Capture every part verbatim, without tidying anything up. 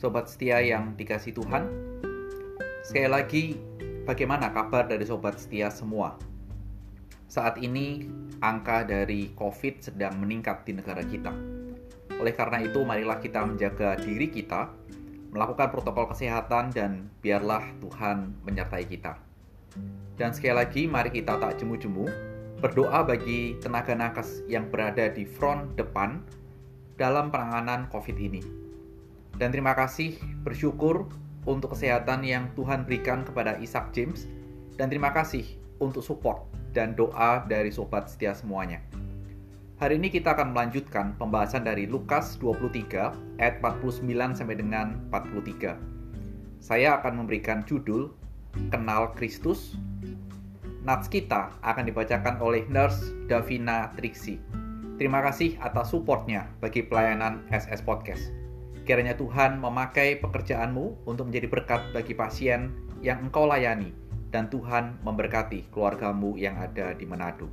Sobat setia yang dikasih Tuhan, sekali lagi bagaimana kabar dari sobat setia semua? Saat ini angka dari COVID sedang meningkat di negara kita. Oleh karena itu marilah kita menjaga diri kita, melakukan protokol kesehatan, dan biarlah Tuhan menyertai kita. Dan sekali lagi mari kita tak jemu-jemu berdoa bagi tenaga nakes yang berada di front depan dalam penanganan COVID ini. Dan terima kasih, bersyukur untuk kesehatan yang Tuhan berikan kepada Ishak James. Dan terima kasih untuk support dan doa dari sobat setia semuanya. Hari ini kita akan melanjutkan pembahasan dari Lukas dua puluh tiga ayat empat puluh sembilan sampai dengan empat puluh tiga. Saya akan memberikan judul Kenal Kristus. Nats kita akan dibacakan oleh Nurse Davina Triksi. Terima kasih atas supportnya bagi pelayanan S S Podcast. Kiranya Tuhan memakai pekerjaanmu untuk menjadi berkat bagi pasien yang engkau layani, dan Tuhan memberkati keluargamu yang ada di Manado.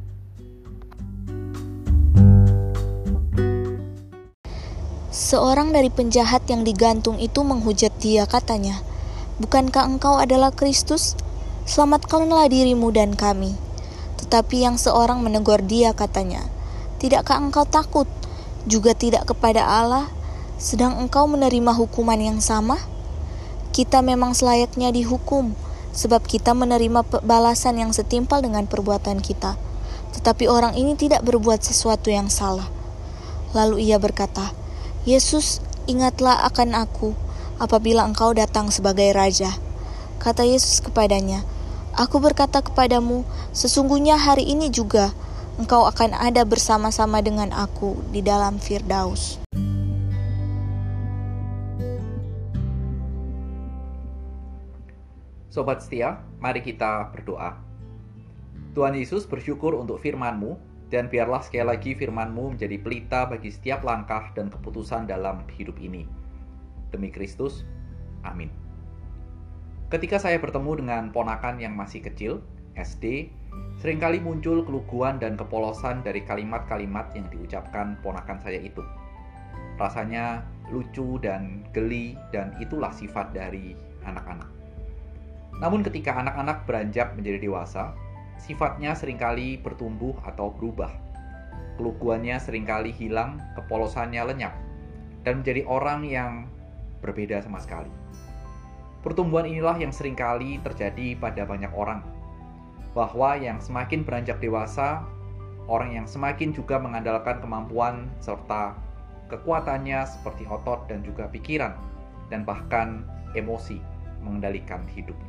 Seorang dari penjahat yang digantung itu menghujat dia, katanya, "Bukankah engkau adalah Kristus? Selamatkanlah dirimu dan kami." Tetapi yang seorang menegur dia, katanya, "Tidakkah engkau takut juga tidak kepada Allah, sedang engkau menerima hukuman yang sama? Kita memang selayaknya dihukum, sebab kita menerima balasan yang setimpal dengan perbuatan kita. Tetapi orang ini tidak berbuat sesuatu yang salah." Lalu ia berkata, "Yesus, ingatlah akan aku apabila engkau datang sebagai Raja." Kata Yesus kepadanya, "Aku berkata kepadamu, sesungguhnya hari ini juga engkau akan ada bersama-sama dengan aku di dalam Firdaus." Sobat setia, mari kita berdoa. Tuhan Yesus, bersyukur untuk firman-Mu, dan biarlah sekali lagi firman-Mu menjadi pelita bagi setiap langkah dan keputusan dalam hidup ini. Demi Kristus, amin. Ketika saya bertemu dengan ponakan yang masih kecil, S D, seringkali muncul keluguan dan kepolosan dari kalimat-kalimat yang diucapkan ponakan saya itu. Rasanya lucu dan geli, dan itulah sifat dari anak-anak. Namun ketika anak-anak beranjak menjadi dewasa, sifatnya seringkali bertumbuh atau berubah. Keluguannya seringkali hilang, kepolosannya lenyap, dan menjadi orang yang berbeda sama sekali. Pertumbuhan inilah yang seringkali terjadi pada banyak orang, bahwa yang semakin beranjak dewasa, orang yang semakin juga mengandalkan kemampuan serta kekuatannya seperti otot dan juga pikiran, dan bahkan emosi mengendalikan hidupnya.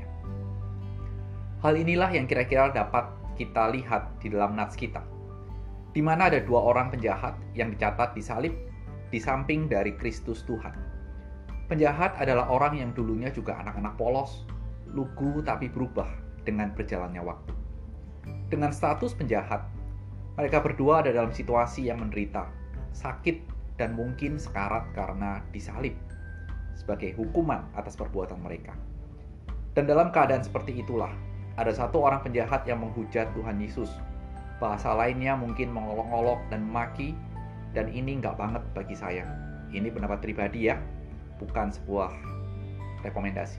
Hal inilah yang kira-kira dapat kita lihat di dalam nats kita, di mana ada dua orang penjahat yang dicatat disalib di samping dari Kristus Tuhan. Penjahat adalah orang yang dulunya juga anak-anak polos, lugu tapi berubah dengan berjalannya waktu. Dengan status penjahat, mereka berdua ada dalam situasi yang menderita, sakit, dan mungkin sekarat karena disalib sebagai hukuman atas perbuatan mereka. Dan dalam keadaan seperti itulah, ada satu orang penjahat yang menghujat Tuhan Yesus. Bahasa lainnya mungkin mengolok-olok dan memaki, dan ini nggak banget bagi saya. Ini pendapat pribadi ya, bukan sebuah rekomendasi.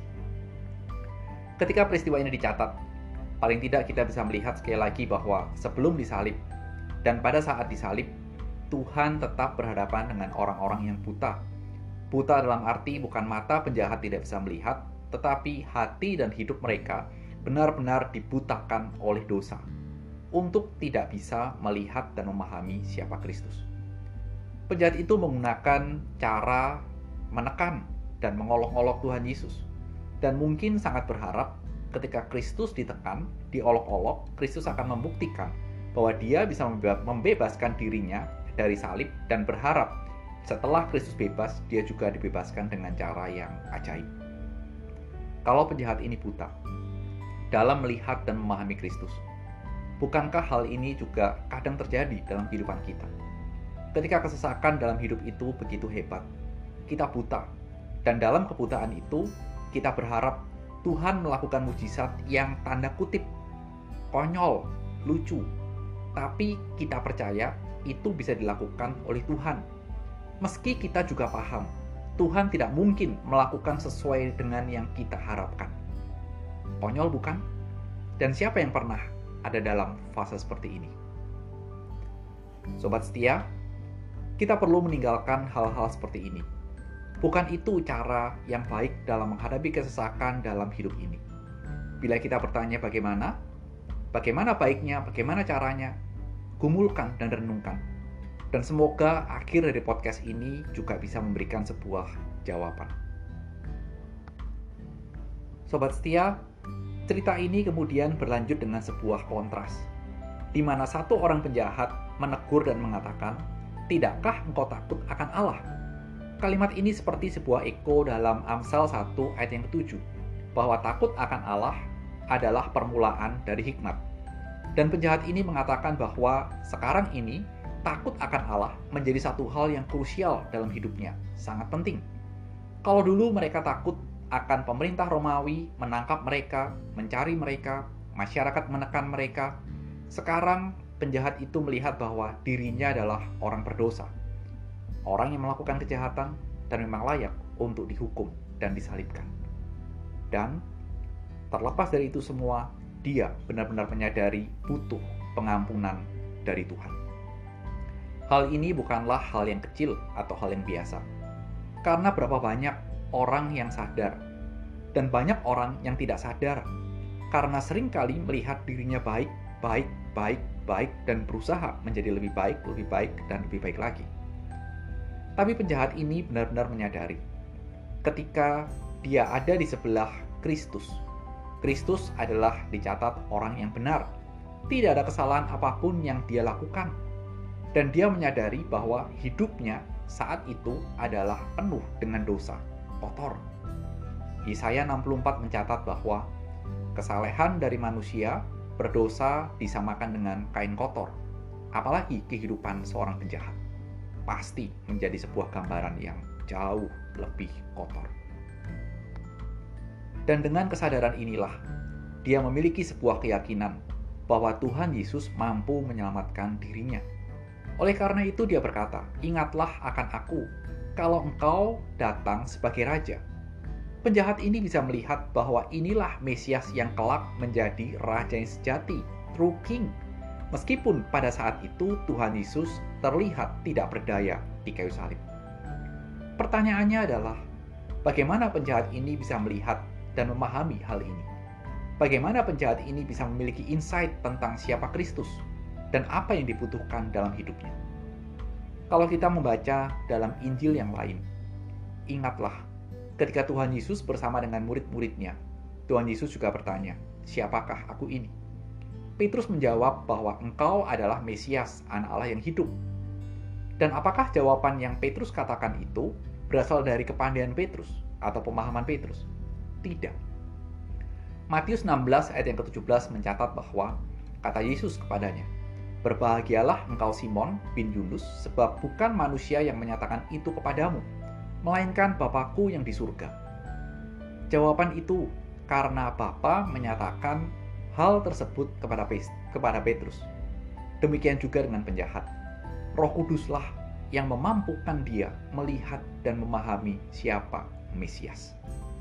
Ketika peristiwa ini dicatat, paling tidak kita bisa melihat sekali lagi bahwa sebelum disalib dan pada saat disalib, Tuhan tetap berhadapan dengan orang-orang yang buta. Buta dalam arti bukan mata penjahat tidak bisa melihat, tetapi hati dan hidup mereka benar-benar dibutakan oleh dosa untuk tidak bisa melihat dan memahami siapa Kristus. Penjahat itu menggunakan cara menekan dan mengolok-olok Tuhan Yesus, dan mungkin sangat berharap ketika Kristus ditekan, diolok-olok, Kristus akan membuktikan bahwa dia bisa membebaskan dirinya dari salib, dan berharap setelah Kristus bebas, dia juga dibebaskan dengan cara yang ajaib. Kalau penjahat ini buta dalam melihat dan memahami Kristus, bukankah hal ini juga kadang terjadi dalam kehidupan kita? Ketika kesesakan dalam hidup itu begitu hebat, kita buta, dan dalam kebutaan itu kita berharap Tuhan melakukan mujizat yang tanda kutip konyol, lucu, tapi kita percaya itu bisa dilakukan oleh Tuhan. Meski kita juga paham Tuhan tidak mungkin melakukan sesuai dengan yang kita harapkan. Konyol bukan? Dan siapa yang pernah ada dalam fase seperti ini? Sobat setia, kita perlu meninggalkan hal-hal seperti ini. Bukan itu cara yang baik dalam menghadapi kesesakan dalam hidup ini. Bila kita bertanya bagaimana, bagaimana baiknya, bagaimana caranya, gumulkan dan renungkan. Dan semoga akhir dari podcast ini juga bisa memberikan sebuah jawaban. Sobat setia, cerita ini kemudian berlanjut dengan sebuah kontras, di mana satu orang penjahat menegur dan mengatakan, "Tidakkah engkau takut akan Allah?" Kalimat ini seperti sebuah eko dalam Amsal satu ayat yang ketujuh, bahwa takut akan Allah adalah permulaan dari hikmat. Dan penjahat ini mengatakan bahwa sekarang ini takut akan Allah menjadi satu hal yang krusial dalam hidupnya, sangat penting. Kalau dulu mereka takut akan pemerintah Romawi menangkap mereka, mencari mereka, masyarakat menekan mereka, sekarang penjahat itu melihat bahwa dirinya adalah orang berdosa, orang yang melakukan kejahatan dan memang layak untuk dihukum dan disalibkan. Dan terlepas dari itu semua, dia benar-benar menyadari butuh pengampunan dari Tuhan. Hal ini bukanlah hal yang kecil atau hal yang biasa. Karena berapa banyak orang yang sadar dan banyak orang yang tidak sadar karena seringkali melihat dirinya baik, baik, baik, baik dan berusaha menjadi lebih baik, lebih baik dan lebih baik lagi. Tapi penjahat ini benar-benar menyadari ketika dia ada di sebelah Kristus. Kristus adalah dicatat orang yang benar. Tidak ada kesalahan apapun yang dia lakukan. Dan dia menyadari bahwa hidupnya saat itu adalah penuh dengan dosa, kotor. Yesaya enam puluh empat mencatat bahwa kesalehan dari manusia berdosa disamakan dengan kain kotor. Apalagi kehidupan seorang penjahat. Pasti menjadi sebuah gambaran yang jauh lebih kotor. Dan dengan kesadaran inilah, dia memiliki sebuah keyakinan bahwa Tuhan Yesus mampu menyelamatkan dirinya. Oleh karena itu dia berkata, "Ingatlah akan aku, kalau engkau datang sebagai Raja." Penjahat ini bisa melihat bahwa inilah Mesias yang kelak menjadi Raja yang sejati, true King. Meskipun pada saat itu Tuhan Yesus terlihat tidak berdaya di kayu salib. Pertanyaannya adalah, bagaimana penjahat ini bisa melihat dan memahami hal ini? Bagaimana penjahat ini bisa memiliki insight tentang siapa Kristus dan apa yang dibutuhkan dalam hidupnya? Kalau kita membaca dalam Injil yang lain, ingatlah, ketika Tuhan Yesus bersama dengan murid-muridnya, Tuhan Yesus juga bertanya, "Siapakah aku ini?" Petrus menjawab bahwa engkau adalah Mesias, Anak Allah yang hidup. Dan apakah jawaban yang Petrus katakan itu berasal dari kepandaian Petrus atau pemahaman Petrus? Tidak. Matius enam belas ayat yang ketujuh belas mencatat bahwa kata Yesus kepadanya, "Berbahagialah engkau Simon bin Yunus, sebab bukan manusia yang menyatakan itu kepadamu, melainkan Bapa-Ku yang di surga." Jawaban itu karena Bapa menyatakan hal tersebut kepada kepada Petrus. Demikian juga dengan penjahat. Roh Kuduslah yang memampukan dia melihat dan memahami siapa Mesias.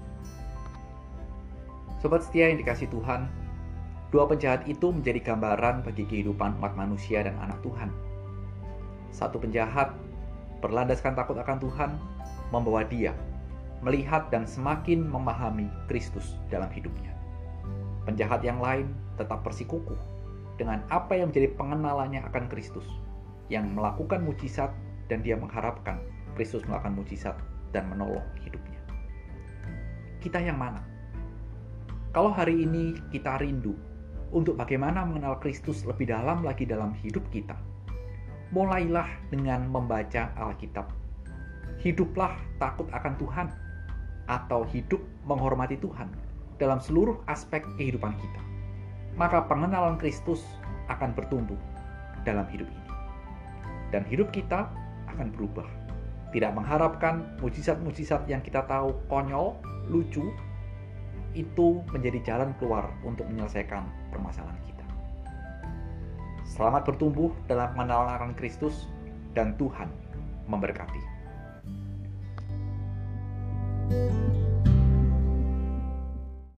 Sobat setia yang dikasihi Tuhan, dua penjahat itu menjadi gambaran bagi kehidupan umat manusia dan anak Tuhan. Satu penjahat berlandaskan takut akan Tuhan, membawa dia melihat dan semakin memahami Kristus dalam hidupnya. Penjahat yang lain tetap bersikukuh dengan apa yang menjadi pengenalannya akan Kristus, yang melakukan mujizat dan dia mengharapkan Kristus melakukan mujizat dan menolong hidupnya. Kita yang mana? Kalau hari ini kita rindu untuk bagaimana mengenal Kristus lebih dalam lagi dalam hidup kita, mulailah dengan membaca Alkitab. Hiduplah takut akan Tuhan, atau hidup menghormati Tuhan dalam seluruh aspek kehidupan kita. Maka pengenalan Kristus akan bertumbuh dalam hidup ini. Dan hidup kita akan berubah. Tidak mengharapkan mujizat-mujizat yang kita tahu konyol, lucu, itu menjadi jalan keluar untuk menyelesaikan permasalahan kita. Selamat bertumbuh dalam pengenalan akan Kristus, dan Tuhan memberkati. Tuhan.